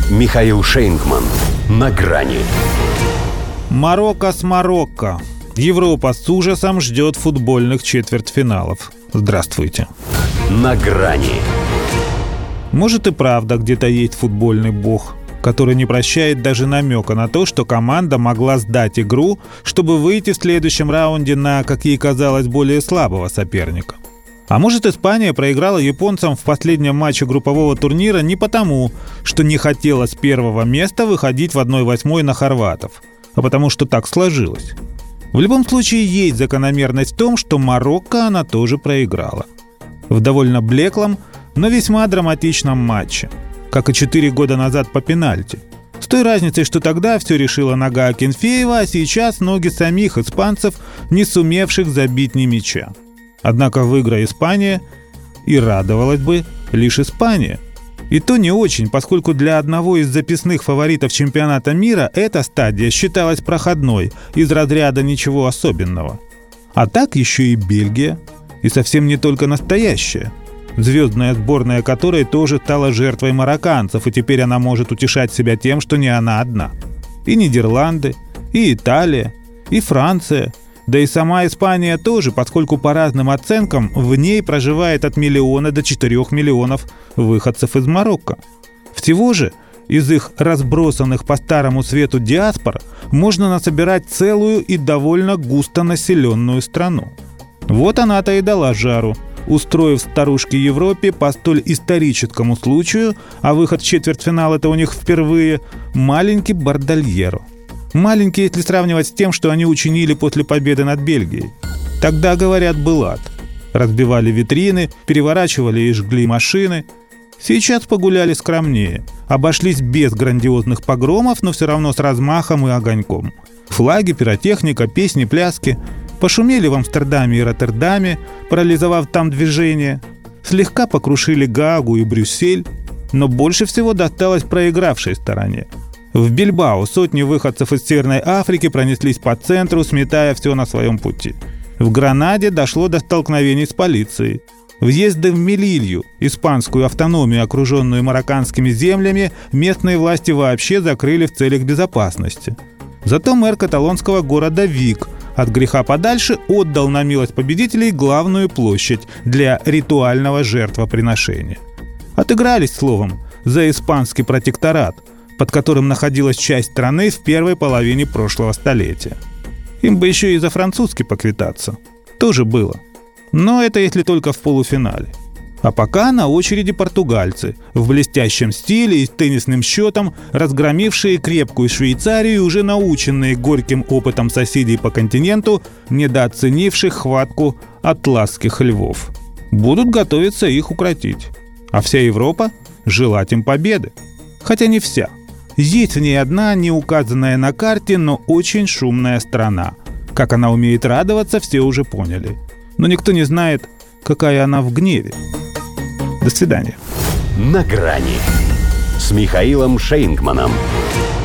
Михаил Шейнгман. На грани. Марокко с Марокко. Европа с ужасом ждет футбольных четвертьфиналов. Здравствуйте. На грани. Может и правда где-то есть футбольный бог, который не прощает даже намека на то, что команда могла сдать игру, чтобы выйти в следующем раунде на, как ей казалось, более слабого соперника. А может, Испания проиграла японцам в последнем матче группового турнира не потому, что не хотела с первого места выходить в 1/8 на хорватов, а потому что так сложилось. В любом случае, есть закономерность в том, что Марокко она тоже проиграла. В довольно блеклом, но весьма драматичном матче, как и 4 года назад по пенальти. С той разницей, что тогда все решила нога Акинфеева, а сейчас ноги самих испанцев, не сумевших забить ни мяча. Однако выиграя Испания, и радовалась бы лишь Испания. И то не очень, поскольку для одного из записных фаворитов чемпионата мира эта стадия считалась проходной, из разряда ничего особенного. А так еще и Бельгия, и совсем не только настоящая. Звездная сборная которой тоже стала жертвой марокканцев, и теперь она может утешать себя тем, что не она одна. И Нидерланды, и Италия, и Франция, да и сама Испания тоже, поскольку по разным оценкам в ней проживает от 1 миллиона до 4 миллионов выходцев из Марокко. Всего же из их разбросанных по старому свету диаспор можно насобирать целую и довольно густонаселенную страну. Вот она-то и дала жару, устроив старушке Европе по столь историческому случаю, а выход в четвертьфинал это у них впервые, маленький бордальеро. Маленький, если сравнивать с тем, что они учинили после победы над Бельгией. Тогда, говорят, был ад. Разбивали витрины, переворачивали и жгли машины. Сейчас погуляли скромнее. Обошлись без грандиозных погромов, но все равно с размахом и огоньком. Флаги, пиротехника, песни, пляски. Пошумели в Амстердаме и Роттердаме, парализовав там движение. Слегка покрушили Гаагу и Брюссель. Но больше всего досталось проигравшей стороне. В Бильбао сотни выходцев из Северной Африки пронеслись по центру, сметая все на своем пути. В Гранаде дошло до столкновений с полицией. Въезды в Мелилью, испанскую автономию, окруженную марокканскими землями, местные власти вообще закрыли в целях безопасности. Зато мэр каталонского города Вик от греха подальше отдал на милость победителей главную площадь для ритуального жертвоприношения. Отыгрались, словом, за испанский протекторат, под которым находилась часть страны в первой половине прошлого столетия. Им бы еще и за французский поквитаться. Тоже было. Но это если только в полуфинале. А пока на очереди португальцы, в блестящем стиле и с теннисным счетом, разгромившие крепкую Швейцарию и уже наученные горьким опытом соседей по континенту, недооценивших хватку атласских львов. Будут готовиться их укротить. А вся Европа желать им победы. Хотя не вся. Есть в ней одна, не указанная на карте, но очень шумная страна. Как она умеет радоваться, все уже поняли. Но никто не знает, какая она в гневе. До свидания. На грани с Михаилом Шейнгманом.